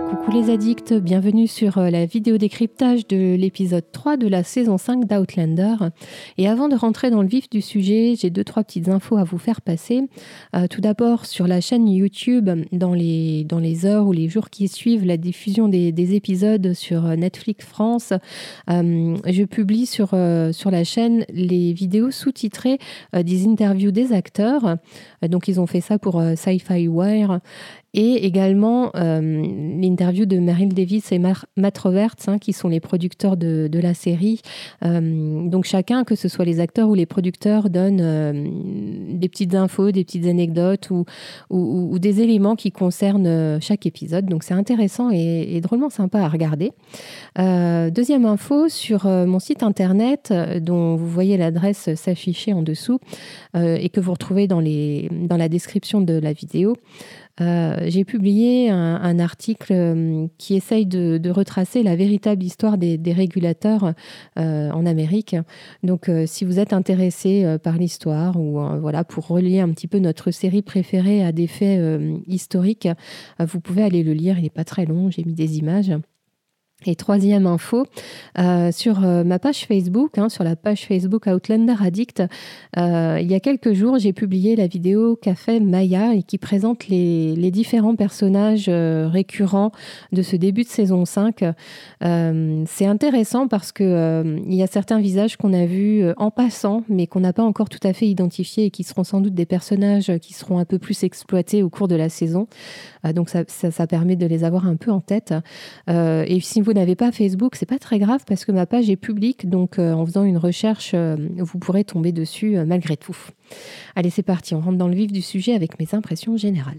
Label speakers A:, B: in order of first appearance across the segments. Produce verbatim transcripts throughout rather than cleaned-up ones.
A: Coucou les addicts, bienvenue sur la vidéo décryptage de l'épisode trois de la saison cinq d'Outlander. Et avant de rentrer dans le vif du sujet, j'ai deux, trois petites infos à vous faire passer. Euh, tout d'abord, sur la chaîne YouTube, dans les, dans les heures ou les jours qui suivent la diffusion des, des épisodes sur Netflix France, euh, je publie sur, euh, sur la chaîne les vidéos sous-titrées euh, des interviews des acteurs. Euh, donc, ils ont fait ça pour euh, Sci-Fi Wire. Et également euh, l'interview de Meryl Davis et Mar- Matt Roberts, hein, qui sont les producteurs de, de la série. Euh, donc chacun, que ce soit les acteurs ou les producteurs, donne euh, des petites infos, des petites anecdotes ou, ou, ou des éléments qui concernent chaque épisode. Donc c'est intéressant et, et drôlement sympa à regarder. Euh, deuxième info, sur euh, mon site internet, euh, dont vous voyez l'adresse s'afficher en dessous euh, et que vous retrouvez dans, les, dans la description de la vidéo, Euh, j'ai publié un, un article euh, qui essaye de, de retracer la véritable histoire des, des régulateurs euh, en Amérique. Donc, euh, si vous êtes intéressé euh, par l'histoire ou euh, voilà, pour relier un petit peu notre série préférée à des faits euh, historiques, euh, vous pouvez aller le lire. Il n'est pas très long, j'ai mis des images. Et troisième info, euh, sur euh, ma page Facebook, hein, sur la page Facebook Outlander Addict, euh, il y a quelques jours, j'ai publié la vidéo qu'a fait Maya et qui présente les, les différents personnages euh, récurrents de ce début de saison cinq. Euh, c'est intéressant parce que euh, il y a certains visages qu'on a vus euh, en passant, mais qu'on n'a pas encore tout à fait identifiés et qui seront sans doute des personnages qui seront un peu plus exploités au cours de la saison. Euh, donc ça, ça, ça permet de les avoir un peu en tête. Euh, et si vous n'avez pas Facebook, c'est pas très grave parce que ma page est publique, donc euh, en faisant une recherche, euh, vous pourrez tomber dessus euh, malgré tout. Allez, c'est parti, on rentre dans le vif du sujet avec mes impressions générales.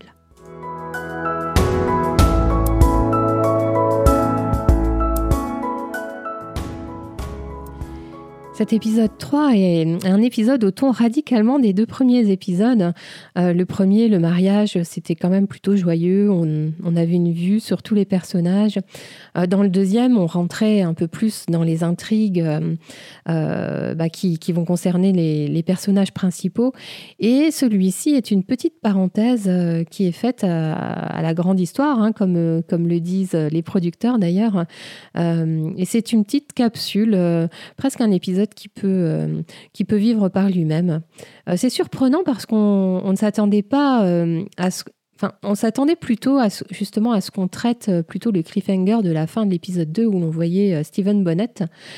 A: Cet épisode trois est un épisode au ton radicalement des deux premiers épisodes. Euh, le premier, le mariage, c'était quand même plutôt joyeux. On, on avait une vue sur tous les personnages. Euh, dans le deuxième, on rentrait un peu plus dans les intrigues euh, euh, bah, qui, qui vont concerner les, les personnages principaux. Et celui-ci est une petite parenthèse euh, qui est faite à, à la grande histoire, hein, comme, comme le disent les producteurs d'ailleurs. Euh, et c'est une petite capsule, euh, presque un épisode qui peut, euh, qui peut vivre par lui-même. Euh, c'est surprenant parce qu'on on ne s'attendait pas euh, à ce... Enfin, on s'attendait plutôt à, justement à ce qu'on traite plutôt le cliffhanger de la fin de l'épisode deux où l'on voyait euh, Stephen Bonnet.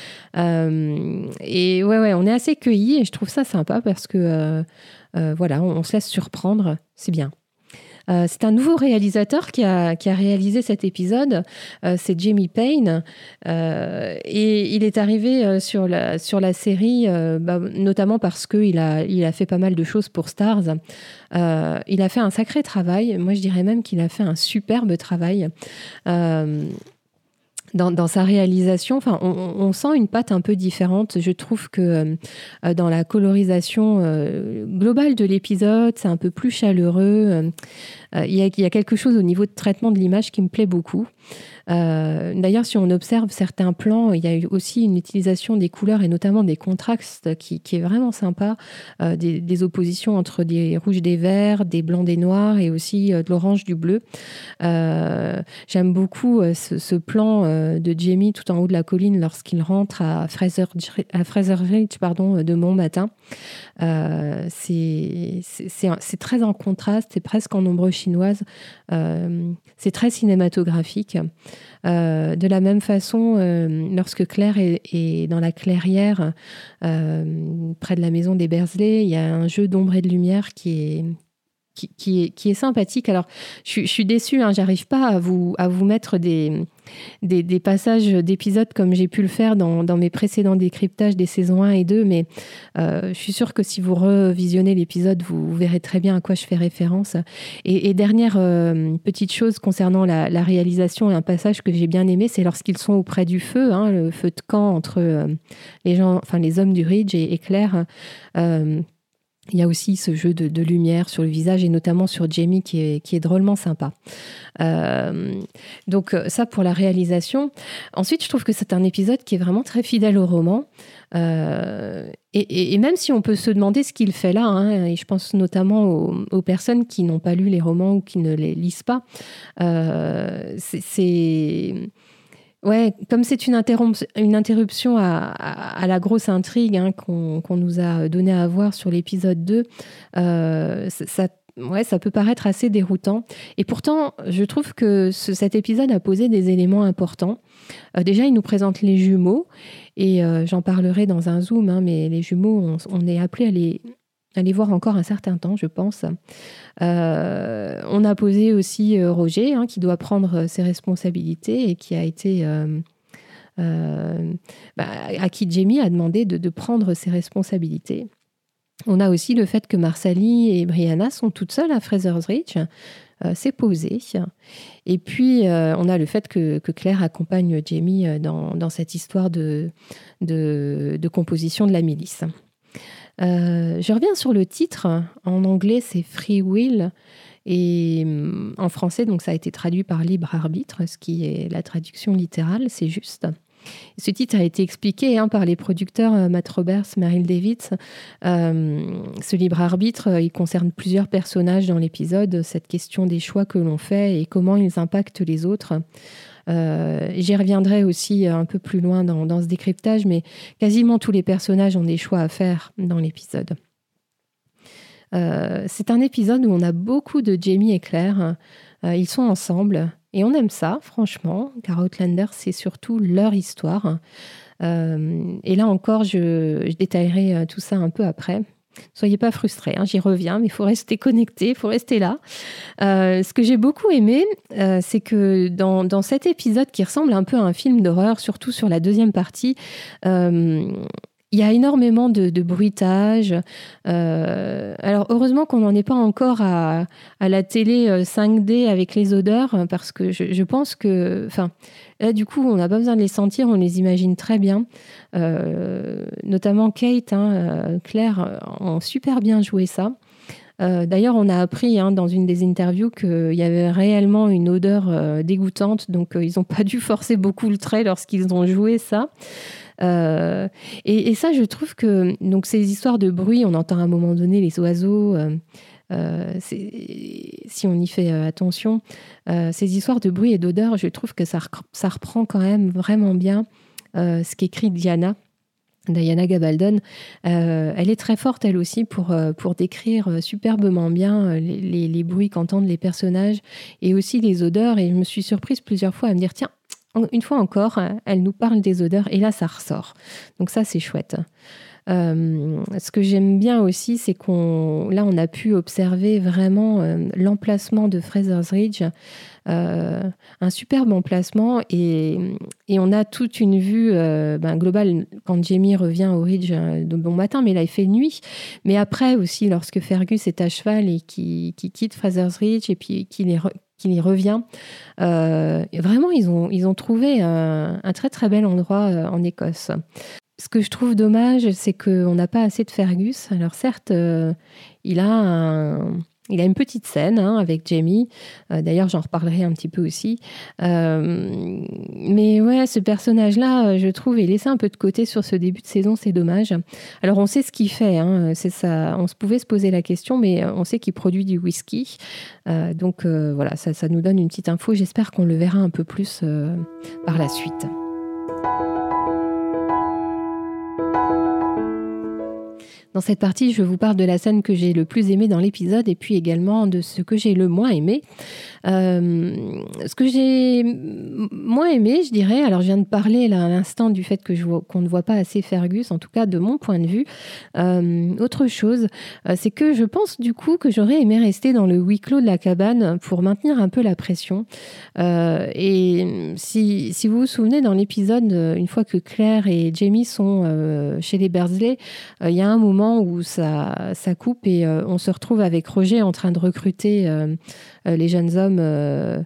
A: Euh, et ouais, ouais, on est assez cueillis et je trouve ça sympa parce que euh, euh, voilà, on, on se laisse surprendre. C'est bien. Euh, c'est un nouveau réalisateur qui a, qui a réalisé cet épisode, euh, c'est Jamie Payne, euh, et il est arrivé euh, sur, la, sur la série, euh, bah, notamment parce qu'il a, il a fait pas mal de choses pour Stars. Euh, il a fait un sacré travail, moi je dirais même qu'il a fait un superbe travail. Euh, Dans, dans sa réalisation, enfin, on, on sent une patte un peu différente. Je trouve que euh, dans la colorisation euh, globale de l'épisode, c'est un peu plus chaleureux. Euh, il y a, il y a quelque chose au niveau de traitement de l'image qui me plaît beaucoup. Euh, d'ailleurs, si on observe certains plans, il y a eu aussi une utilisation des couleurs et notamment des contrastes qui, qui est vraiment sympa. Euh, des, des oppositions entre des rouges, des verts, des blancs, des noirs et aussi euh, de l'orange, du bleu. Euh, j'aime beaucoup euh, ce, ce plan euh, de Jamie tout en haut de la colline lorsqu'il rentre à Fraser, à Fraser Ridge pardon, de Montmatin. Euh, c'est, c'est, c'est, c'est très en contraste, c'est presque en ombre chinoise. Euh, c'est très cinématographique. Euh, de la même façon, euh, lorsque Claire est, est dans la clairière euh, près de la maison des Bersley, il y a un jeu d'ombre et de lumière qui est Qui, qui, est, qui est sympathique. Alors, je, je suis déçue, hein, j'arrive pas à vous, à vous mettre des, des, des passages d'épisodes comme j'ai pu le faire dans, dans mes précédents décryptages des saisons un et deux, mais euh, je suis sûre que si vous revisionnez l'épisode, vous verrez très bien à quoi je fais référence. Et, et dernière euh, petite chose concernant la, la réalisation et un passage que j'ai bien aimé, c'est lorsqu'ils sont auprès du feu, hein, le feu de camp entre euh, les gens, enfin les hommes du Ridge et, et Claire. Euh, Il y a aussi ce jeu de, de lumière sur le visage et notamment sur Jamie qui est, qui est drôlement sympa. Euh, donc ça pour la réalisation. Ensuite, je trouve que c'est un épisode qui est vraiment très fidèle au roman. Euh, et, et, et même si on peut se demander ce qu'il fait là, hein, et je pense notamment aux, aux personnes qui n'ont pas lu les romans ou qui ne les lisent pas, euh, c'est... c'est Ouais, comme c'est une, interromp- une interruption à, à, à la grosse intrigue hein, qu'on, qu'on nous a donné à voir sur l'épisode deux, euh, ça, ouais, ça peut paraître assez déroutant. Et pourtant, je trouve que ce, cet épisode a posé des éléments importants. Euh, déjà, il nous présente les jumeaux, et euh, j'en parlerai dans un zoom, hein, mais les jumeaux, on, on est appelé à les, à les voir encore un certain temps, je pense. Euh, on a posé aussi euh, Roger, hein, qui doit prendre ses responsabilités et qui a été, euh, euh, bah, à qui Jamie a demandé de, de prendre ses responsabilités. On a aussi le fait que Marsali et Brianna sont toutes seules à Fraser's Ridge. Euh, c'est posé. Et puis, euh, on a le fait que, que Claire accompagne Jamie dans, dans cette histoire de, de, de composition de la milice. Euh, je reviens sur le titre. En anglais, c'est Free Will. Et en français, donc, ça a été traduit par libre arbitre, ce qui est la traduction littérale, c'est juste. Ce titre a été expliqué hein, par les producteurs euh, Matt Roberts, Meryl Davids. Euh, ce libre arbitre, euh, il concerne plusieurs personnages dans l'épisode, cette question des choix que l'on fait et comment ils impactent les autres. Euh, j'y reviendrai aussi un peu plus loin dans, dans ce décryptage, mais quasiment tous les personnages ont des choix à faire dans l'épisode. Euh, c'est un épisode où on a beaucoup de Jamie et Claire. Euh, ils sont ensemble et on aime ça, franchement, car Outlander, c'est surtout leur histoire. Euh, et là encore, je, je détaillerai tout ça un peu après. Soyez pas frustrés, hein, j'y reviens, mais il faut rester connecté, il faut rester là. Euh, ce que j'ai beaucoup aimé, euh, c'est que dans, dans cet épisode qui ressemble un peu à un film d'horreur, surtout sur la deuxième partie, euh, il y a énormément de, de bruitage. Euh, alors, heureusement qu'on n'en est pas encore à, à la télé cinq D avec les odeurs, parce que je, je pense que... Enfin, là, du coup, on n'a pas besoin de les sentir, on les imagine très bien. Euh, notamment Kate, hein, euh, Claire, ont super bien joué ça. Euh, d'ailleurs, on a appris hein, dans une des interviews qu'il y avait réellement une odeur euh, dégoûtante, donc euh, ils n'ont pas dû forcer beaucoup le trait lorsqu'ils ont joué ça. Euh, et, et ça, je trouve que donc ces histoires de bruit, on entend à un moment donné les oiseaux, euh, euh, si on y fait euh, attention, euh, ces histoires de bruit et d'odeur, je trouve que ça, ça reprend quand même vraiment bien euh, ce qu'écrit Diana. Diana Gabaldon, euh, elle est très forte elle aussi pour, euh, pour décrire superbement bien les, les, les bruits qu'entendent les personnages et aussi les odeurs. Et je me suis surprise plusieurs fois à me dire, tiens, une fois encore, elle nous parle des odeurs et là, ça ressort. Donc ça, c'est chouette. Euh, ce que j'aime bien aussi, c'est qu'on, là, on a pu observer vraiment euh, l'emplacement de Fraser's Ridge, euh, un superbe emplacement et, et on a toute une vue euh, ben, globale quand Jamie revient au Ridge euh, de bon matin, mais là, il fait nuit. Mais après aussi, lorsque Fergus est à cheval et qu'il qui quitte Fraser's Ridge et puis qu'il est re- qu'il y revient. Euh, vraiment, ils ont, ils ont trouvé un, un très très bel endroit euh, en Écosse. Ce que je trouve dommage, c'est qu'on n'a pas assez de Fergus. Alors certes, euh, il, a un, il a une petite scène hein, avec Jamie. Euh, d'ailleurs, j'en reparlerai un petit peu aussi. Euh, mais ouais, ce personnage-là, je trouve, est laissé un peu de côté sur ce début de saison. C'est dommage. Alors, on sait ce qu'il fait. Hein, c'est ça. On se pouvait se poser la question, mais on sait qu'il produit du whisky. Euh, donc euh, voilà, ça, ça nous donne une petite info. J'espère qu'on le verra un peu plus euh, par la suite. Dans cette partie, je vous parle de la scène que j'ai le plus aimée dans l'épisode et puis également de ce que j'ai le moins aimé. Euh, ce que j'ai moins aimé, je dirais, alors je viens de parler là à l'instant du fait que je vois, qu'on ne voit pas assez Fergus, en tout cas de mon point de vue. Euh, autre chose, euh, c'est que je pense du coup que j'aurais aimé rester dans le huis clos de la cabane pour maintenir un peu la pression. Euh, et si, si vous vous souvenez, dans l'épisode, une fois que Claire et Jamie sont euh, chez les Beardsley, il euh, y a un moment où ça, ça coupe et euh, on se retrouve avec Roger en train de recruter euh, euh, les jeunes hommes euh,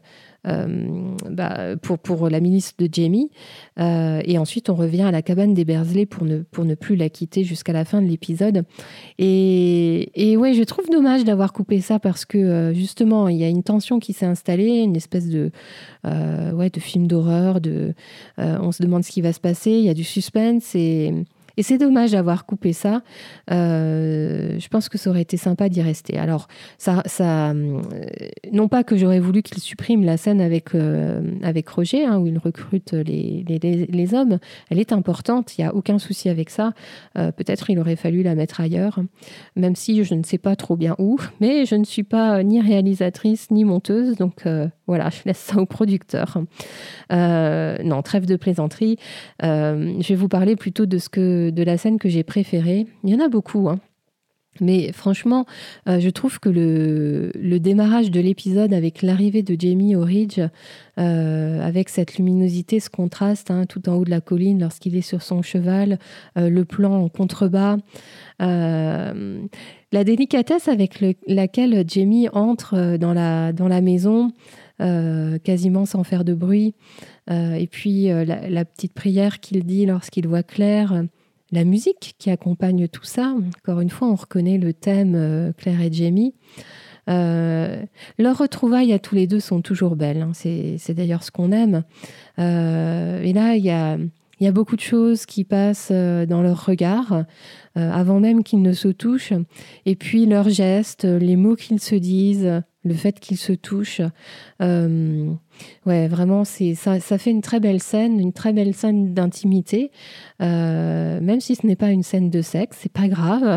A: euh, bah, pour, pour la milice de Jamie. Euh, et ensuite, on revient à la cabane des Bersley pour ne, pour ne plus la quitter jusqu'à la fin de l'épisode. Et, et ouais, je trouve dommage d'avoir coupé ça parce que euh, justement, il y a une tension qui s'est installée, une espèce de, euh, ouais, de film d'horreur. De, euh, on se demande ce qui va se passer, il y a du suspense et... Et c'est dommage d'avoir coupé ça. Euh, je pense que ça aurait été sympa d'y rester. Alors, ça, ça, euh, non pas que j'aurais voulu qu'il supprime la scène avec, euh, avec Roger, hein, où il recrute les, les, les, les hommes. Elle est importante, il n'y a aucun souci avec ça. Euh, peut-être il aurait fallu la mettre ailleurs, même si je ne sais pas trop bien où. Mais je ne suis pas ni réalisatrice ni monteuse, donc euh, voilà, je laisse ça au producteur. Euh, non, trêve de plaisanterie. Euh, je vais vous parler plutôt de ce que de la scène que j'ai préférée. Il y en a beaucoup, hein. Mais franchement, euh, je trouve que le, le démarrage de l'épisode avec l'arrivée de Jamie au Ridge, euh, avec cette luminosité, ce contraste, hein, tout en haut de la colline lorsqu'il est sur son cheval, euh, le plan en contrebas, euh, la délicatesse avec le, laquelle Jamie entre dans la, dans la maison, euh, quasiment sans faire de bruit, euh, et puis euh, la, la petite prière qu'il dit lorsqu'il voit Claire. La musique qui accompagne tout ça, encore une fois, on reconnaît le thème euh, Claire et Jamie. Euh, leurs retrouvailles à tous les deux sont toujours belles, hein. C'est, c'est d'ailleurs ce qu'on aime. Euh, et là, il y a, il y a beaucoup de choses qui passent euh, dans leurs regards, euh, avant même qu'ils ne se touchent. Et puis leurs gestes, les mots qu'ils se disent, le fait qu'ils se touchent. Euh, ouais, vraiment, c'est, ça, ça fait une très belle scène, une très belle scène d'intimité. Euh, même si ce n'est pas une scène de sexe, c'est pas grave.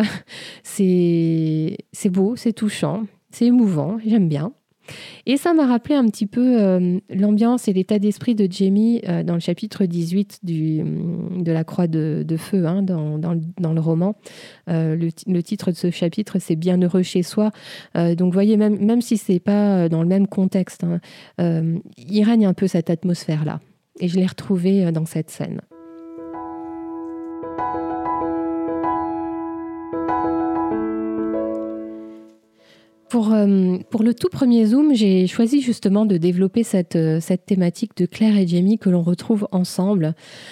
A: C'est, c'est beau, c'est touchant, c'est émouvant, j'aime bien. Et ça m'a rappelé un petit peu euh, l'ambiance et l'état d'esprit de Jamie euh, dans le chapitre dix-huit du, de la Croix de, de Feu, hein, dans, dans, le, dans le roman. Euh, le, le titre de ce chapitre, c'est Bienheureux chez soi. Euh, donc, vous voyez, même, même si ce n'est pas dans le même contexte, hein, euh, il règne un peu cette atmosphère-là. Et je l'ai retrouvée dans cette scène. Pour, euh, pour le tout premier Zoom, j'ai choisi justement de développer cette, cette thématique de Claire et Jamie que l'on retrouve ensemble.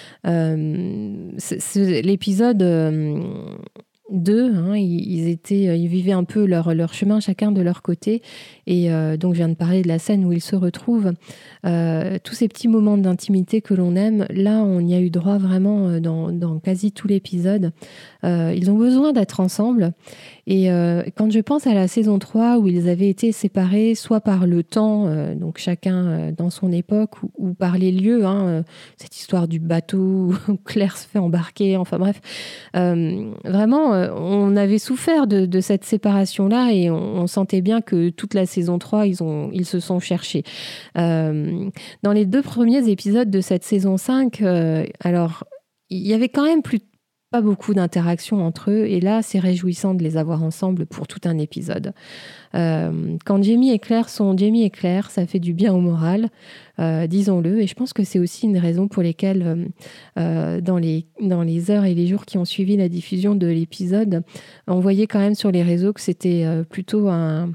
A: Euh, c'est, c'est l'épisode euh, deux, hein, ils, ils, étaient, ils vivaient un peu leur, leur chemin chacun de leur côté. Et euh, donc, je viens de parler de la scène où ils se retrouvent. Euh, tous ces petits moments d'intimité que l'on aime, là, on y a eu droit vraiment dans, dans quasi tout l'épisode. Euh, ils ont besoin d'être ensemble. Et euh, quand je pense à la saison trois, où ils avaient été séparés, soit par le temps, euh, donc chacun euh, dans son époque, ou, ou par les lieux, hein, euh, cette histoire du bateau où Claire se fait embarquer, enfin bref. Euh, vraiment, euh, on avait souffert de, de cette séparation-là et on, on sentait bien que toute la saison trois, ils, ont, ils se sont cherchés. Euh, dans les deux premiers épisodes de cette saison cinq, euh, alors, il y avait quand même plus pas beaucoup d'interactions entre eux, et là, c'est réjouissant de les avoir ensemble pour tout un épisode. Euh, quand Jamie et Claire sont Jamie et Claire, ça fait du bien au moral, euh, disons-le, et je pense que c'est aussi une raison pour lesquelles, euh, dans les, dans les heures et les jours qui ont suivi la diffusion de l'épisode, on voyait quand même sur les réseaux que c'était euh, plutôt un...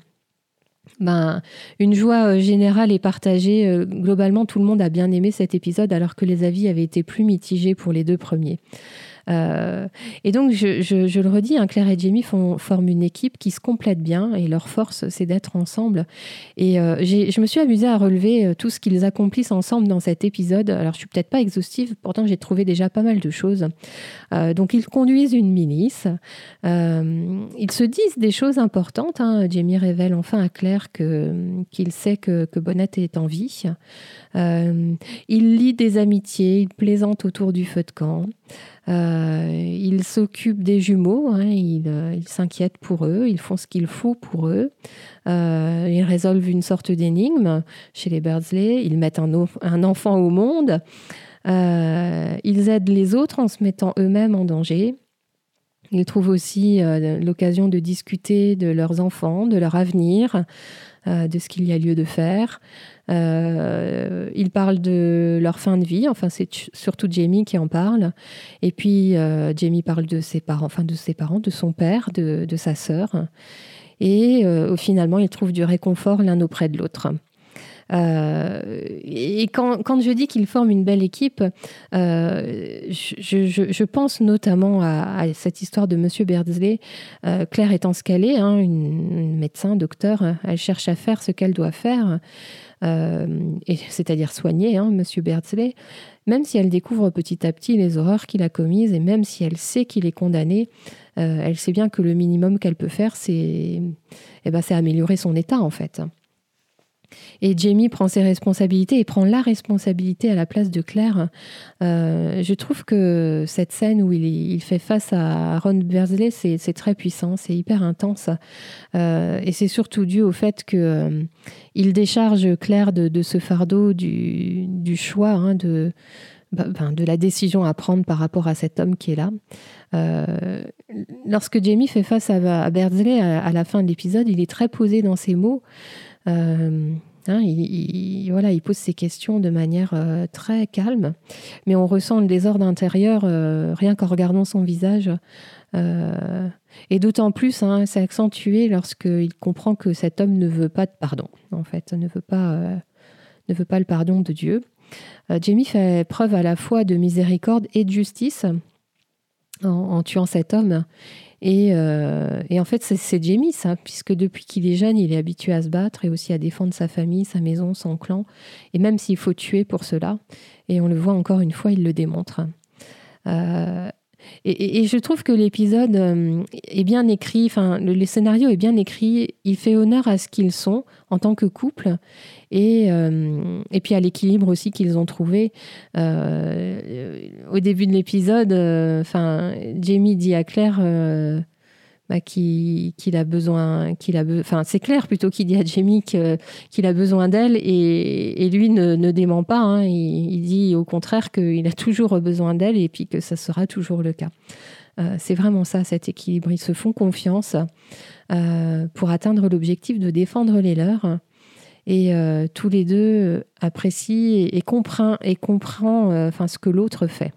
A: Ben, une joie générale et partagée. Globalement, tout le monde a bien aimé cet épisode, alors que les avis avaient été plus mitigés pour les deux premiers. Euh, et donc, je, je, je le redis, hein, Claire et Jamie font, forment une équipe qui se complète bien et leur force, c'est d'être ensemble. Et euh, j'ai, je me suis amusée à relever tout ce qu'ils accomplissent ensemble dans cet épisode. Alors, je suis peut-être pas exhaustive, pourtant j'ai trouvé déjà pas mal de choses. Euh, donc, ils conduisent une milice. Euh, ils se disent des choses importantes, hein. Jamie révèle enfin à Claire que, qu'il sait que, que Bonnette est en vie. Euh, il lie des amitiés, il plaisante autour du feu de camp. Euh, il s'occupe des jumeaux, hein, il, euh, il s'inquiète pour eux, ils font ce qu'il faut pour eux. Euh, ils résolvent une sorte d'énigme chez les Beardsley, ils mettent un, un enfant au monde, euh, ils aident les autres en se mettant eux-mêmes en danger. Ils trouvent aussi euh, l'occasion de discuter de leurs enfants, de leur avenir, euh, de ce qu'il y a lieu de faire. Euh, ils parlent de leur fin de vie, enfin c'est surtout Jamie qui en parle. Et puis euh, Jamie parle de ses parents, enfin de ses parents, de son père, de, de sa sœur. Et euh, finalement, ils trouvent du réconfort l'un auprès de l'autre. Euh, et quand, quand je dis qu'ils forment une belle équipe, euh, je, je, je pense notamment à, à cette histoire de Monsieur Beardsley. Euh, Claire étant ce qu'elle est, hein, une, une médecin, docteur, elle cherche à faire ce qu'elle doit faire, euh, et, c'est-à-dire soigner hein, Monsieur Beardsley, même si elle découvre petit à petit les horreurs qu'il a commises, et même si elle sait qu'il est condamné, euh, elle sait bien que le minimum qu'elle peut faire, c'est, eh ben, c'est améliorer son état, en fait. Et Jamie prend ses responsabilités et prend la responsabilité à la place de Claire. Euh, je trouve que cette scène où il, il fait face à Ron Beardsley, c'est, c'est très puissant, c'est hyper intense. Euh, et c'est surtout dû au fait qu'il euh, décharge Claire de, de ce fardeau du, du choix, hein, de, ben, de la décision à prendre par rapport à cet homme qui est là. Euh, lorsque Jamie fait face à, à Beardsley à, à la fin de l'épisode, il est très posé dans ses mots. Euh, hein, il, il, voilà, il pose ses questions de manière euh, très calme, mais on ressent le désordre intérieur euh, rien qu'en regardant son visage. Euh, et d'autant plus, hein, c'est accentué lorsqu'il comprend que cet homme ne veut pas de pardon, en fait, ne veut pas, euh, ne veut pas le pardon de Dieu. Euh, Jamie fait preuve à la fois de miséricorde et de justice en, en tuant cet homme. Et, euh, et en fait, c'est, c'est Jamie, ça, puisque depuis qu'il est jeune, il est habitué à se battre et aussi à défendre sa famille, sa maison, son clan, et même s'il faut tuer pour cela. Et on le voit encore une fois, il le démontre. Euh, et, et, et je trouve que l'épisode euh, est bien écrit, enfin, le, le scénario est bien écrit, il fait honneur à ce qu'ils sont en tant que couple, et, euh, et puis à l'équilibre aussi qu'ils ont trouvé. Euh, au début de l'épisode, euh, enfin, Jamie dit à Claire euh, bah, qu'il, qu'il a besoin, qu'il a be- enfin, c'est Claire plutôt qui dit à Jamie que, qu'il a besoin d'elle, et, et lui ne, ne dément pas, hein, il, il dit au contraire qu'il a toujours besoin d'elle et puis que ça sera toujours le cas. Euh, c'est vraiment ça, cet équilibre. Ils se font confiance euh, pour atteindre l'objectif de défendre les leurs. Et euh, tous les deux apprécient et, et comprennent et comprend, euh, enfin, ce que l'autre fait.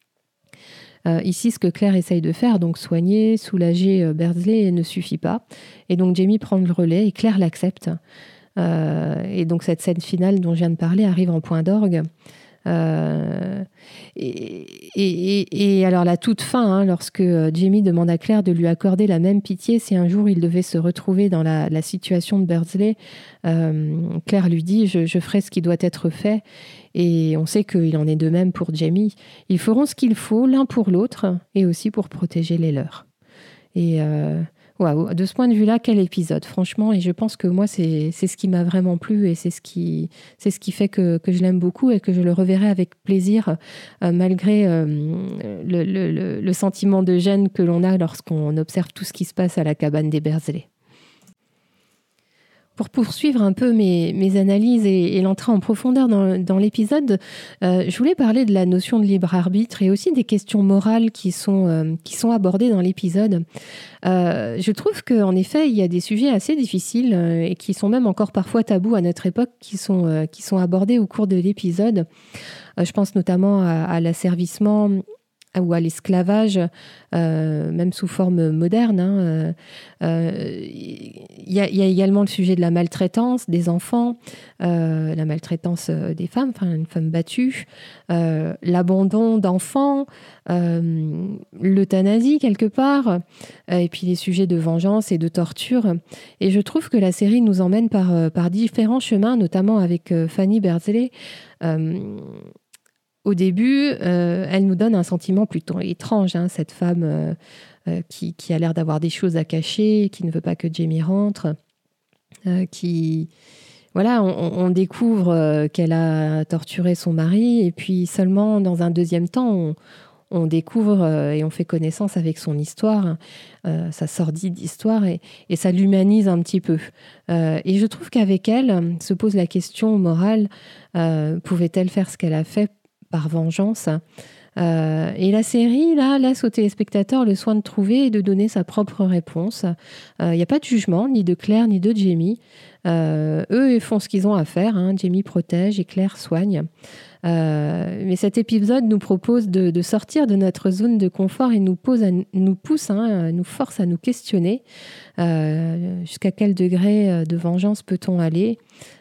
A: Euh, ici, ce que Claire essaye de faire, donc soigner, soulager euh, Beardsley, ne suffit pas. Et donc Jamie prend le relais et Claire l'accepte. Euh, et donc cette scène finale dont je viens de parler arrive en point d'orgue. Euh, et, et, et alors la toute fin, hein, lorsque Jamie demande à Claire de lui accorder la même pitié si un jour il devait se retrouver dans la, la situation de Beardsley, euh, Claire lui dit je, je ferai ce qui doit être fait, et on sait qu'il en est de même pour Jamie. Ils feront ce qu'il faut l'un pour l'autre et aussi pour protéger les leurs. Et euh, waouh, de ce point de vue-là, quel épisode, franchement. Et je pense que moi, c'est, c'est ce qui m'a vraiment plu et c'est ce qui, c'est ce qui fait que, que je l'aime beaucoup et que je le reverrai avec plaisir, euh, malgré euh, le, le, le sentiment de gêne que l'on a lorsqu'on observe tout ce qui se passe à la cabane des Beardsley. Pour poursuivre un peu mes, mes analyses et, et l'entrée en profondeur dans, dans l'épisode, euh, je voulais parler de la notion de libre arbitre et aussi des questions morales qui sont, euh, qui sont abordées dans l'épisode. Euh, je trouve qu'en effet, il y a des sujets assez difficiles euh, et qui sont même encore parfois tabous à notre époque, qui sont, euh, qui sont abordés au cours de l'épisode. Euh, je pense notamment à, à l'asservissement ou à l'esclavage, euh, même sous forme moderne. Hein. Euh, euh, y, y a également le sujet de la maltraitance des enfants, euh, la maltraitance des femmes, enfin une femme battue, euh, l'abandon d'enfants, euh, l'euthanasie quelque part, euh, et puis les sujets de vengeance et de torture. Et je trouve que la série nous emmène par, par différents chemins, notamment avec euh, Fanny Beardsley. Euh, Au début, euh, elle nous donne un sentiment plutôt étrange, hein, cette femme euh, euh, qui, qui a l'air d'avoir des choses à cacher, qui ne veut pas que Jamie rentre, euh, qui... Voilà, on, on découvre euh, qu'elle a torturé son mari, et puis seulement dans un deuxième temps, on, on découvre euh, et on fait connaissance avec son histoire, euh, sa sordide histoire, et, et ça l'humanise un petit peu. Euh, et je trouve qu'avec elle, se pose la question morale, euh, pouvait-elle faire ce qu'elle a fait par vengeance. Euh, et la série, là, laisse au téléspectateur le soin de trouver et de donner sa propre réponse. Il euh, n'y a pas de jugement, ni de Claire, ni de Jamie. Euh, eux, ils font ce qu'ils ont à faire. Hein. Jamie protège et Claire soigne. Euh, mais cet épisode nous propose de, de sortir de notre zone de confort et nous, pose à, nous pousse, hein, nous force à nous questionner. Euh, jusqu'à quel degré de vengeance peut-on aller ?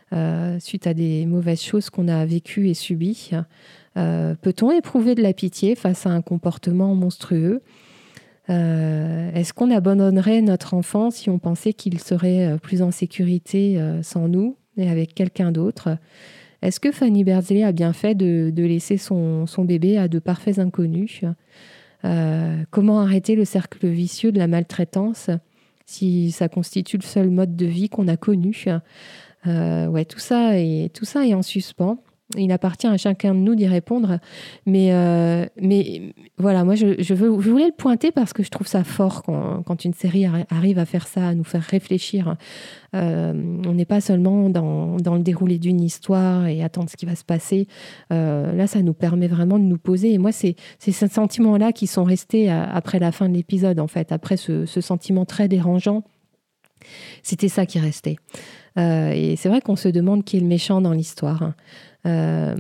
A: euh, suite à des mauvaises choses qu'on a vécues et subies. Euh, peut-on éprouver de la pitié face à un comportement monstrueux ? Euh, est-ce qu'on abandonnerait notre enfant si on pensait qu'il serait plus en sécurité euh, sans nous et avec quelqu'un d'autre ? Est-ce que Fanny Beardsley a bien fait de, de laisser son, son bébé à de parfaits inconnus ? euh, Comment arrêter le cercle vicieux de la maltraitance si ça constitue le seul mode de vie qu'on a connu ? euh, Ouais, tout ça est, tout ça est en suspens. Il appartient à chacun de nous d'y répondre. Mais, euh, mais voilà, moi, je, je, veux, je voulais le pointer parce que je trouve ça fort quand, quand une série arrive à faire ça, à nous faire réfléchir. Euh, on n'est pas seulement dans, dans le déroulé d'une histoire et attendre ce qui va se passer. Euh, là, ça nous permet vraiment de nous poser. Et moi, c'est, c'est ces sentiments-là qui sont restés à, après la fin de l'épisode, en fait. Après ce, ce sentiment très dérangeant, c'était ça qui restait. Euh, et c'est vrai qu'on se demande qui est le méchant dans l'histoire. Euh,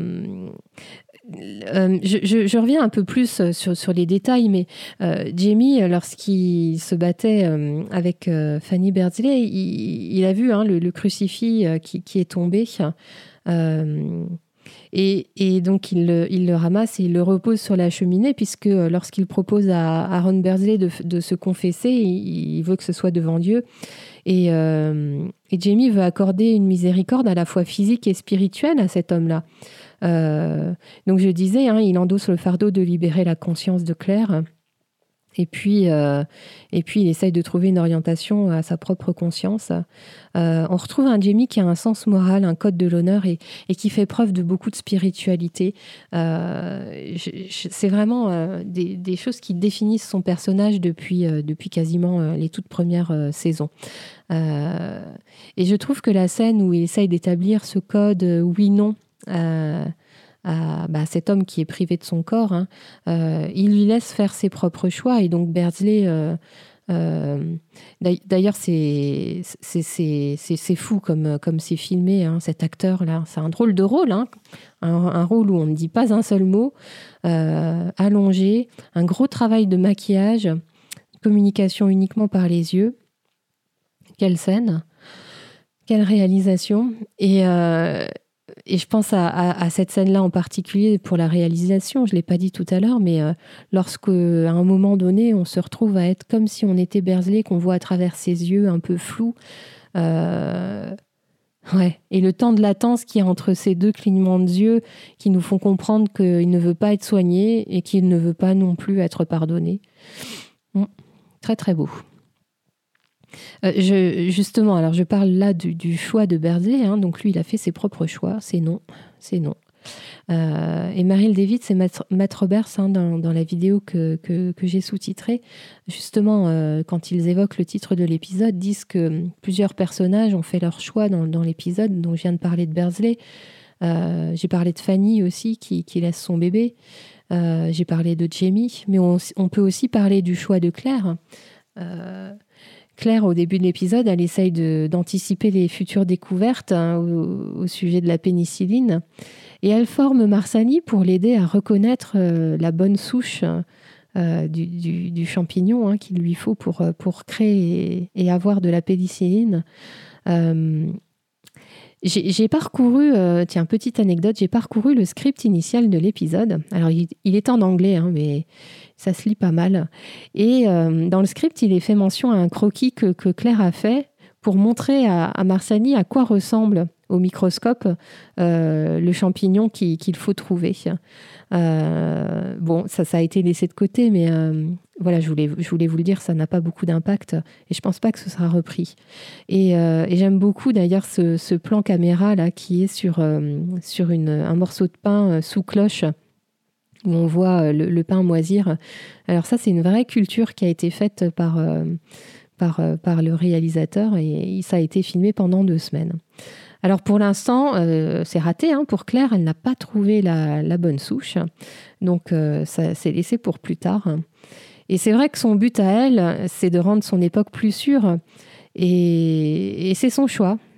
A: euh, je, je, je reviens un peu plus sur, sur les détails, mais euh, Jamie, lorsqu'il se battait euh, avec euh, Fanny Beardsley, il, il a vu hein, le, le crucifix euh, qui, qui est tombé. Euh, et, et donc, il le, il le ramasse et il le repose sur la cheminée, puisque lorsqu'il propose à Aaron Beardsley de, de se confesser, il, il veut que ce soit devant Dieu. Et, euh, et Jamie veut accorder une miséricorde à la fois physique et spirituelle à cet homme-là. Euh, donc je disais, hein, il endosse le fardeau de libérer la conscience de Claire. Et puis, euh, et puis il essaye de trouver une orientation à sa propre conscience. Euh, on retrouve un Jamie qui a un sens moral, un code de l'honneur et, et qui fait preuve de beaucoup de spiritualité. Euh, je, je, c'est vraiment euh, des, des choses qui définissent son personnage depuis, euh, depuis quasiment euh, les toutes premières euh, saisons. Euh, et je trouve que la scène où il essaye d'établir ce code euh, oui-non euh, à bah, cet homme qui est privé de son corps, hein, euh, il lui laisse faire ses propres choix. Et donc Beardsley, euh, euh, d'ailleurs c'est, c'est, c'est, c'est, c'est fou comme, comme c'est filmé, hein, cet acteur-là. C'est un drôle de rôle, hein, un, un rôle où on ne dit pas un seul mot, euh, allongé, un gros travail de maquillage, communication uniquement par les yeux. Quelle scène, quelle réalisation. Et... Euh, Et je pense à, à, à cette scène-là en particulier pour la réalisation, je ne l'ai pas dit tout à l'heure, mais euh, lorsque, à un moment donné, on se retrouve à être comme si on était Beardsley, qu'on voit à travers ses yeux un peu flous. Euh, ouais. Et le temps de latence qu'il y a entre ces deux clignements de yeux qui nous font comprendre qu'il ne veut pas être soigné et qu'il ne veut pas non plus être pardonné. Bon, très très beau. Euh, je, justement, alors je parle là du, du choix de Beardsley, hein, donc lui il a fait ses propres choix, c'est non, c'est non. Euh, et Meryl Davids et Matt, Matt Roberts, hein, dans, dans la vidéo que, que, que j'ai sous-titrée, justement, euh, quand ils évoquent le titre de l'épisode, disent que plusieurs personnages ont fait leur choix dans, dans l'épisode, dont je viens de parler de Beardsley. Euh, j'ai parlé de Fanny aussi, qui, qui laisse son bébé. Euh, j'ai parlé de Jamie, mais on, on peut aussi parler du choix de Claire. Euh, Claire, au début de l'épisode, elle essaye de, d'anticiper les futures découvertes, hein, au, au sujet de la pénicilline. Et elle forme Marsali pour l'aider à reconnaître euh, la bonne souche euh, du, du, du champignon, hein, qu'il lui faut pour, pour créer et, et avoir de la pénicilline. Euh, j'ai, j'ai parcouru, euh, tiens, petite anecdote, j'ai parcouru le script initial de l'épisode. Alors, il, il est en anglais, hein, mais ça se lit pas mal. Et euh, dans le script, il est fait mention à un croquis que, que Claire a fait pour montrer à, à Marsali à quoi ressemble au microscope euh, le champignon qui, qu'il faut trouver. Euh, bon, ça, ça a été laissé de côté, mais euh, voilà, je voulais, je voulais vous le dire, ça n'a pas beaucoup d'impact et je pense pas que ce sera repris. Et, euh, et j'aime beaucoup d'ailleurs ce, ce plan caméra là qui est sur, euh, sur une, un morceau de pain sous cloche, où on voit le, le pain moisir. Alors ça, c'est une vraie culture qui a été faite par, euh, par, euh, par le réalisateur et ça a été filmé pendant deux semaines. Alors pour l'instant, euh, c'est raté, hein, pour Claire, elle n'a pas trouvé la, la bonne souche, donc euh, ça s'est laissé pour plus tard. Et c'est vrai que son but à elle, c'est de rendre son époque plus sûre, et, et c'est son choix.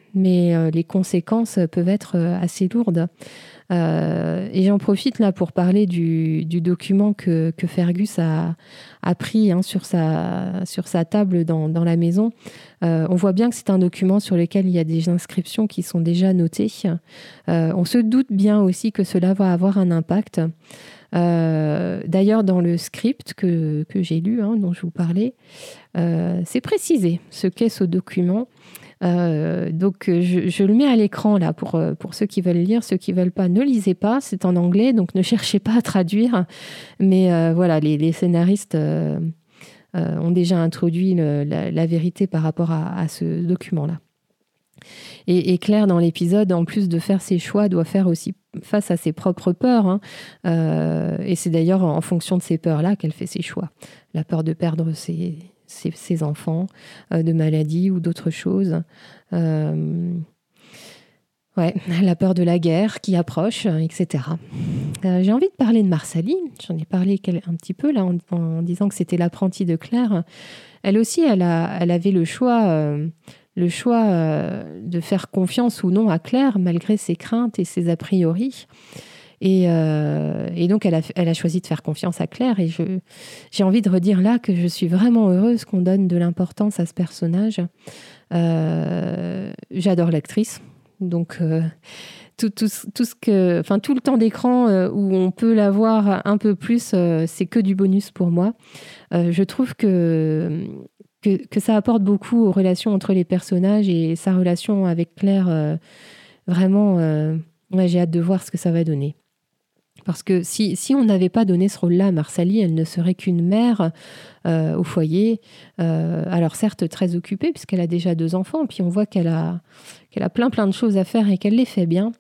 A: mais euh, les conséquences peuvent être euh, assez lourdes. Euh, et j'en profite là pour parler du, du document que, que Fergus a, a pris hein, sur, sa, sur sa table dans, dans la maison. Euh, on voit bien que c'est un document sur lequel il y a des inscriptions qui sont déjà notées. Euh, on se doute bien aussi que cela va avoir un impact. Euh, d'ailleurs, dans le script que, que j'ai lu, hein, dont je vous parlais, euh, c'est précisé ce qu'est ce document. Euh, donc, je, je le mets à l'écran là pour, pour ceux qui veulent lire. Ceux qui ne veulent pas, ne lisez pas. C'est en anglais, donc ne cherchez pas à traduire. Mais euh, voilà, les, les scénaristes euh, euh, ont déjà introduit le, la, la vérité par rapport à, à ce document-là. Et, et Claire, dans l'épisode, en plus de faire ses choix, doit faire aussi face à ses propres peurs. Hein. Euh, et c'est d'ailleurs en fonction de ces peurs-là qu'elle fait ses choix. La peur de perdre ses... Ses, ses enfants, euh, de maladies ou d'autres choses. Euh, ouais, la peur de la guerre qui approche, et cetera. Euh, j'ai envie de parler de Marsali. J'en ai parlé un petit peu là en, en disant que c'était l'apprentie de Claire. Elle aussi, elle, a, elle avait le choix, euh, le choix euh, de faire confiance ou non à Claire, malgré ses craintes et ses a priori. Et, euh, et donc, elle a, elle a choisi de faire confiance à Claire. Et je, j'ai envie de redire là que je suis vraiment heureuse qu'on donne de l'importance à ce personnage. Euh, j'adore l'actrice. Donc, euh, tout, tout, tout, ce que, enfin, tout le temps d'écran euh, où on peut la voir un peu plus, euh, c'est que du bonus pour moi. Euh, je trouve que, que, que ça apporte beaucoup aux relations entre les personnages et sa relation avec Claire. Euh, vraiment, euh, ouais, j'ai hâte de voir ce que ça va donner. Parce que si, si on n'avait pas donné ce rôle-là à Marsali, elle ne serait qu'une mère euh, au foyer. Euh, alors certes, très occupée, puisqu'elle a déjà deux enfants. Puis on voit qu'elle a, qu'elle a plein, plein de choses à faire et qu'elle les fait bien.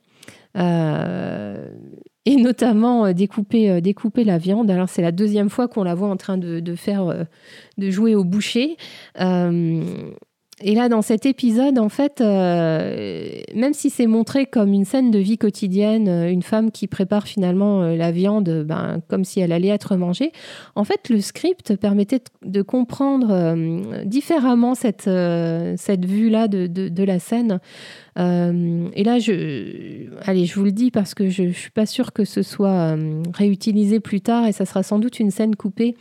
A: Euh, et notamment euh, découper, euh, découper la viande. Alors c'est la deuxième fois qu'on la voit en train de, de, faire, euh, de jouer au boucher. Euh, Et là, dans cet épisode, en fait, euh, même si c'est montré comme une scène de vie quotidienne, une femme qui prépare finalement euh, la viande ben, comme si elle allait être mangée, en fait, le script permettait de comprendre euh, différemment cette, euh, cette vue-là de, de, de la scène. Euh, et là, je, allez, je vous le dis parce que je ne suis pas sûre que ce soit euh, réutilisé plus tard et ça sera sans doute une scène coupée.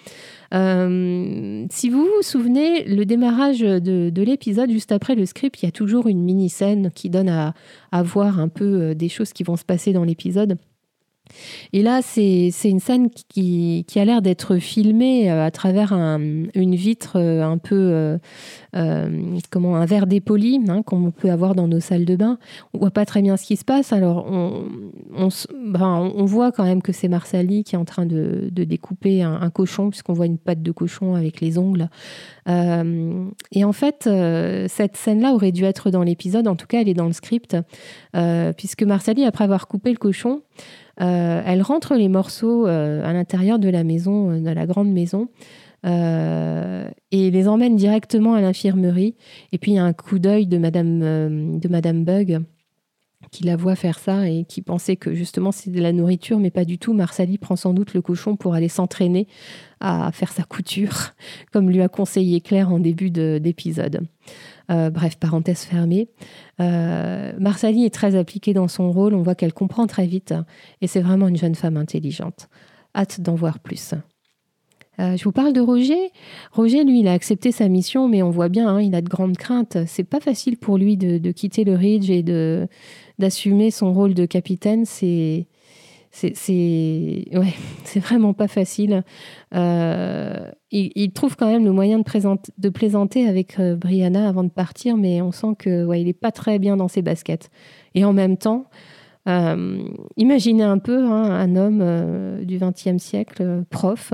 A: Euh, si vous vous souvenez, le démarrage de, de l'épisode, juste après le script, il y a toujours une mini-scène qui donne à, à voir un peu des choses qui vont se passer dans l'épisode. Et là, c'est, c'est une scène qui, qui a l'air d'être filmée à travers un, une vitre un peu, euh, euh, comment, un verre dépoli, hein, qu'on peut avoir dans nos salles de bain. On voit pas très bien ce qui se passe. Alors, on, on, ben, on voit quand même que c'est Marsali qui est en train de, de découper un, un cochon, puisqu'on voit une patte de cochon avec les ongles. Euh, et en fait, euh, cette scène-là aurait dû être dans l'épisode. En tout cas, elle est dans le script, euh, puisque Marsali, après avoir coupé le cochon, Euh, elle rentre les morceaux euh, à l'intérieur de la maison, euh, de la grande maison, euh, et les emmène directement à l'infirmerie. Et puis il y a un coup d'œil de Madame, euh, de Madame Bug qui la voit faire ça et qui pensait que justement c'est de la nourriture, mais pas du tout. Marsali prend sans doute le cochon pour aller s'entraîner à faire sa couture, comme lui a conseillé Claire en début de, d'épisode. Euh, bref, parenthèse fermée. Euh, Marsali est très appliquée dans son rôle. On voit qu'elle comprend très vite. Et c'est vraiment une jeune femme intelligente. Hâte d'en voir plus. Euh, je vous parle de Roger. Roger, lui, il a accepté sa mission, mais on voit bien, hein, il a de grandes craintes. C'est pas facile pour lui de, de quitter le Ridge et de, d'assumer son rôle de capitaine. C'est... C'est, c'est, ouais, c'est vraiment pas facile. Euh, il, il trouve quand même le moyen de, présenter, de plaisanter avec euh, Brianna avant de partir, mais on sent que ouais, il est pas très bien dans ses baskets. Et en même temps, euh, imaginez un peu hein, un homme euh, du vingtième siècle, euh, prof,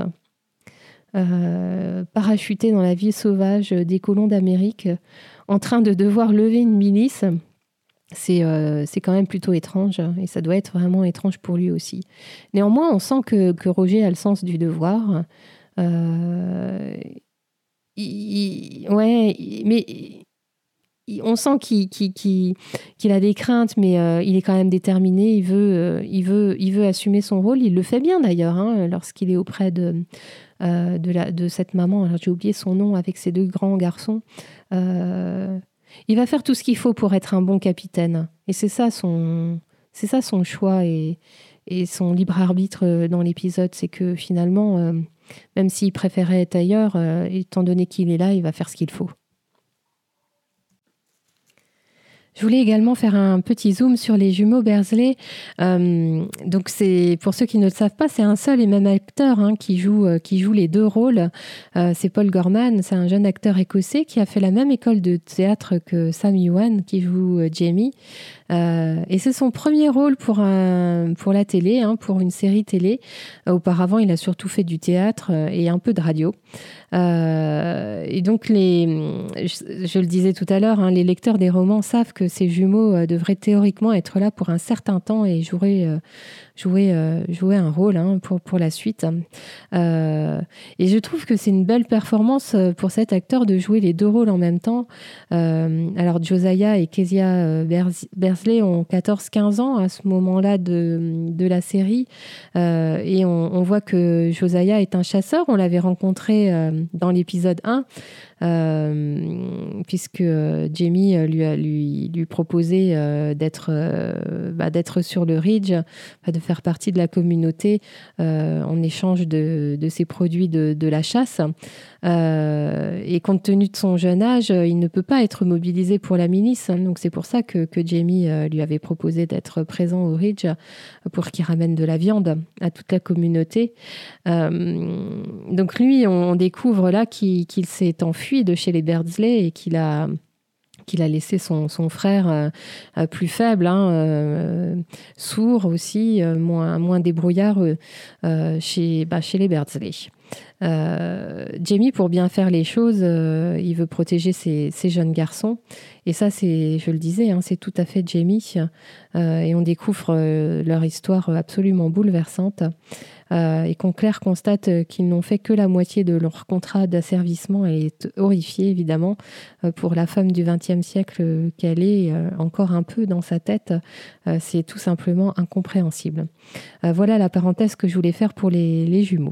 A: euh, parachuté dans la vie sauvage des colons d'Amérique, en train de devoir lever une milice. C'est, euh, c'est quand même plutôt étrange et ça doit être vraiment étrange pour lui aussi. Néanmoins, on sent que, que Roger a le sens du devoir. Euh, il, ouais, mais il, on sent qu'il, qu'il, qu'il, qu'il a des craintes, mais euh, il est quand même déterminé. Il veut, euh, il veut, il veut assumer son rôle. Il le fait bien d'ailleurs hein, lorsqu'il est auprès de, euh, de, la, de cette maman. Alors, j'ai oublié son nom avec ses deux grands garçons. Euh, Il va faire tout ce qu'il faut pour être un bon capitaine. Et c'est ça son, c'est ça son choix et, et son libre arbitre dans l'épisode. C'est que finalement, euh, même s'il préférait être ailleurs, euh, étant donné qu'il est là, il va faire ce qu'il faut. Je voulais également faire un petit zoom sur les jumeaux Beardsley. Euh, donc c'est, pour ceux qui ne le savent pas, c'est un seul et même acteur hein, qui, joue, euh, qui joue les deux rôles. Euh, c'est Paul Gorman, c'est un jeune acteur écossais qui a fait la même école de théâtre que Sam Ewan, qui joue euh, Jamie. Euh, et c'est son premier rôle pour, un, pour la télé, hein, pour une série télé. Euh, auparavant, il a surtout fait du théâtre et un peu de radio. Euh, et donc, les, je, je le disais tout à l'heure, hein, les lecteurs des romans savent que ces jumeaux euh, devraient théoriquement être là pour un certain temps et jouer, euh, jouer, euh, jouer un rôle hein, pour, pour la suite. Euh, et je trouve que c'est une belle performance pour cet acteur de jouer les deux rôles en même temps. Euh, alors, Josiah et Kezia Beardsley ont quatorze quinze ans à ce moment-là de, de la série. Euh, et on, on voit que Josiah est un chasseur. On l'avait rencontré euh, dans l'épisode un. Euh, puisque euh, Jamie euh, lui, a, lui, lui proposait euh, d'être, euh, bah, d'être sur le Ridge, bah, de faire partie de la communauté euh, en échange de, de ses produits de, de la chasse. Euh, et compte tenu de son jeune âge, il ne peut pas être mobilisé pour la milice. Donc c'est pour ça que, que Jamie euh, lui avait proposé d'être présent au Ridge pour qu'il ramène de la viande à toute la communauté. Euh, donc lui, on, on découvre là qu'il, qu'il s'est enfui de chez les Beardsley et qu'il a, qu'il a laissé son, son frère euh, plus faible, hein, euh, sourd aussi, euh, moins, moins débrouillard euh, chez, bah, chez les Beardsley. Euh, Jamie, pour bien faire les choses, euh, il veut protéger ses, ses jeunes garçons. Et ça, c'est, je le disais, hein, c'est tout à fait Jamie. Euh, et on découvre euh, leur histoire absolument bouleversante. Euh, et qu'on Claire constate qu'ils n'ont fait que la moitié de leur contrat d'asservissement. Elle est horrifiée, évidemment, euh, pour la femme du vingtième siècle qu'elle est, euh, encore un peu dans sa tête. Euh, c'est tout simplement incompréhensible. Euh, voilà la parenthèse que je voulais faire pour les, les jumeaux.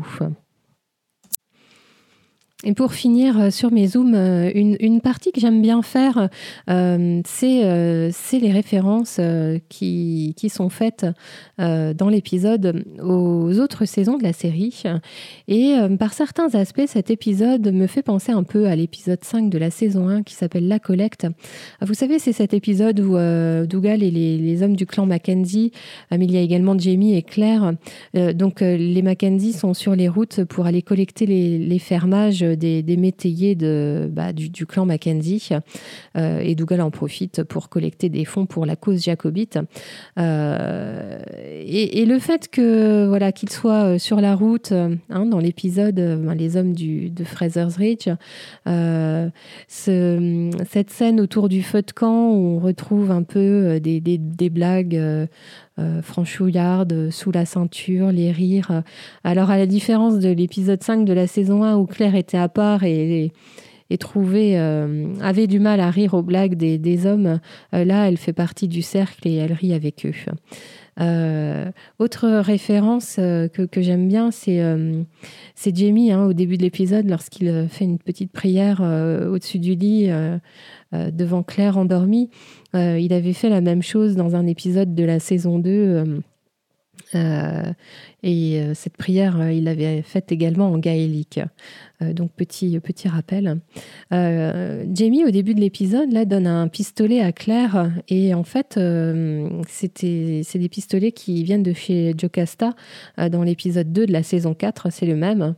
A: Et pour finir sur mes zooms, une, une partie que j'aime bien faire, euh, c'est, euh, c'est les références euh, qui, qui sont faites euh, dans l'épisode aux autres saisons de la série. Et euh, par certains aspects, cet épisode me fait penser un peu à l'épisode cinq de la saison un qui s'appelle La Collecte. Vous savez, c'est cet épisode où euh, Dougal et les, les hommes du clan Mackenzie, euh, mais il y a également Jamie et Claire. Euh, donc euh, les Mackenzie sont sur les routes pour aller collecter les, les fermages Des, des métayers de, bah, du, du clan Mackenzie. Euh, et Dougal en profite pour collecter des fonds pour la cause jacobite. Euh, et, et le fait que, voilà, qu'il soit sur la route, hein, dans l'épisode ben, Les hommes du, de Fraser's Ridge, euh, ce, cette scène autour du feu de camp où on retrouve un peu des, des, des blagues euh, Euh, franchouillarde, sous la ceinture, les rires. Alors, à la différence de l'épisode cinq de la saison un où Claire était à part et, et, et trouvait, euh, avait du mal à rire aux blagues des, des hommes, euh, là, elle fait partie du cercle et elle rit avec eux. Euh, autre référence euh, que, que j'aime bien, c'est, euh, c'est Jamie, hein, au début de l'épisode, lorsqu'il fait une petite prière euh, au-dessus du lit, euh, euh, devant Claire endormie. Euh, il avait fait la même chose dans un épisode de la saison deux. Euh, euh, et euh, cette prière, euh, il l'avait faite également en gaélique. Euh, donc, petit, petit rappel. Euh, Jamie, au début de l'épisode, là, donne un pistolet à Claire. Et en fait, euh, c'était, c'est des pistolets qui viennent de chez Jocasta. Euh, dans l'épisode deux de la saison quatre, c'est le même.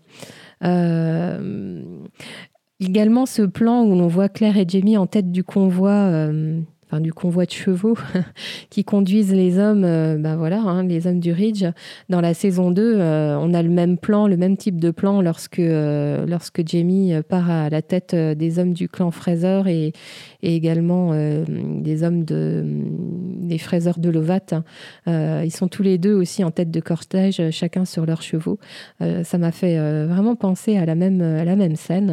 A: Euh, également, ce plan où l'on voit Claire et Jamie en tête du convoi... Euh, Enfin, du convoi de chevaux qui conduisent les hommes, euh, ben voilà, hein, les hommes du Ridge. Dans la saison deux, euh, on a le même plan, le même type de plan lorsque, euh, lorsque Jamie part à la tête euh, des hommes du clan Fraser et, et également euh, des hommes de, des Fraser de Lovat. Euh, ils sont tous les deux aussi en tête de cortège, chacun sur leurs chevaux. Euh, ça m'a fait euh, vraiment penser à la même, à la même scène.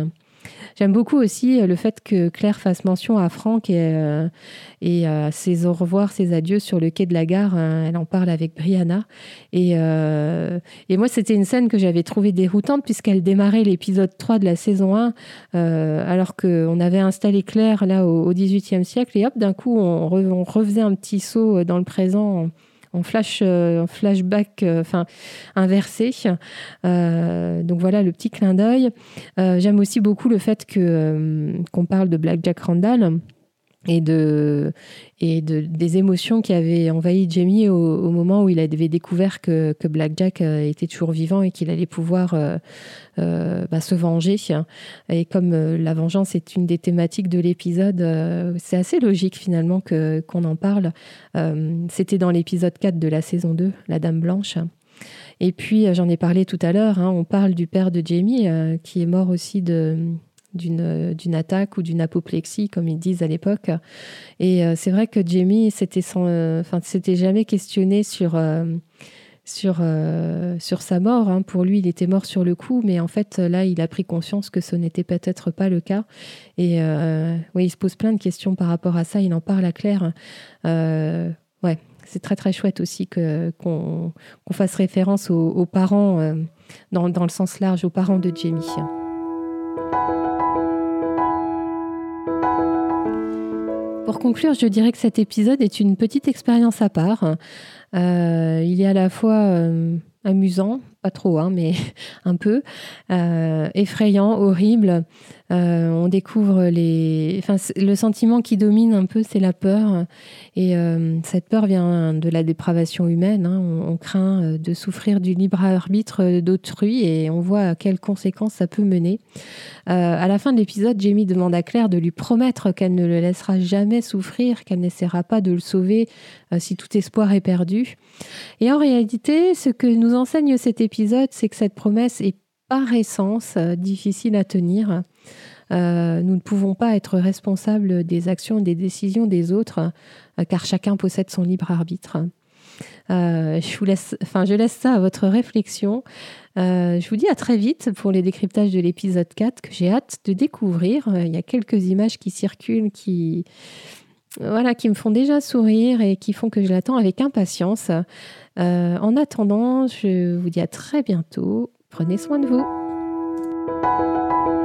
A: J'aime beaucoup aussi le fait que Claire fasse mention à Franck et, euh, et à ses au revoir, ses adieux sur le quai de la gare. Hein, elle en parle avec Brianna. Et, euh, et moi, c'était une scène que j'avais trouvée déroutante puisqu'elle démarrait l'épisode trois de la saison un, euh, alors qu'on avait installé Claire là au, au dix-huitième siècle. Et hop, d'un coup, on, re, on refaisait un petit saut dans le présent. En flash, euh, en flashback, enfin euh, inversé. Euh, donc voilà le petit clin d'œil. Euh, j'aime aussi beaucoup le fait que euh, qu'on parle de Black Jack Randall et de et de des émotions qui avaient envahi Jamie au, au moment où il avait découvert que que Black Jack euh, était toujours vivant et qu'il allait pouvoir euh, euh, bah, se venger. Et comme euh, la vengeance est une des thématiques de l'épisode, euh, c'est assez logique finalement que qu'on en parle. Euh, c'était dans l'épisode quatre de la saison deux, La Dame Blanche. Et puis euh, j'en ai parlé tout à l'heure. Hein, on parle du père de Jamie euh, qui est mort aussi de d'une, d'une attaque ou d'une apoplexie, comme ils disent à l'époque. Et euh, c'est vrai que Jamie, c'était sans, euh, enfin, s'était jamais questionné sur, euh, sur, euh, sur sa mort. Hein. Pour lui, il était mort sur le coup, mais en fait, là, il a pris conscience que ce n'était peut-être pas le cas. Et euh, oui, il se pose plein de questions par rapport à ça. Il en parle à Claire. Euh, ouais, c'est très, très chouette aussi que, qu'on, qu'on fasse référence aux, aux parents, euh, dans, dans le sens large, aux parents de Jamie. Pour conclure, je dirais que cet épisode est une petite expérience à part. Euh, il est à la fois euh, amusant, pas trop, hein, mais un peu, euh, effrayant, horrible. Euh, on découvre les... Enfin, le sentiment qui domine un peu, c'est la peur. Et euh, cette peur vient de la dépravation humaine. Hein. On, on craint de souffrir du libre arbitre d'autrui et on voit à quelles conséquences ça peut mener. Euh, à la fin de l'épisode, Jamie demande à Claire de lui promettre qu'elle ne le laissera jamais souffrir, qu'elle n'essaiera pas de le sauver euh, si tout espoir est perdu. Et en réalité, ce que nous enseigne cet épisode, c'est que cette promesse est par essence euh, difficile à tenir. Euh, nous ne pouvons pas être responsables des actions et des décisions des autres, euh, car chacun possède son libre arbitre. Euh, je vous laisse, enfin, je laisse ça à votre réflexion. Euh, je vous dis à très vite pour les décryptages de l'épisode quatre que j'ai hâte de découvrir. Euh, il y a quelques images qui circulent, qui, voilà, qui me font déjà sourire et qui font que je l'attends avec impatience. Euh, en attendant, je vous dis à très bientôt. Prenez soin de vous.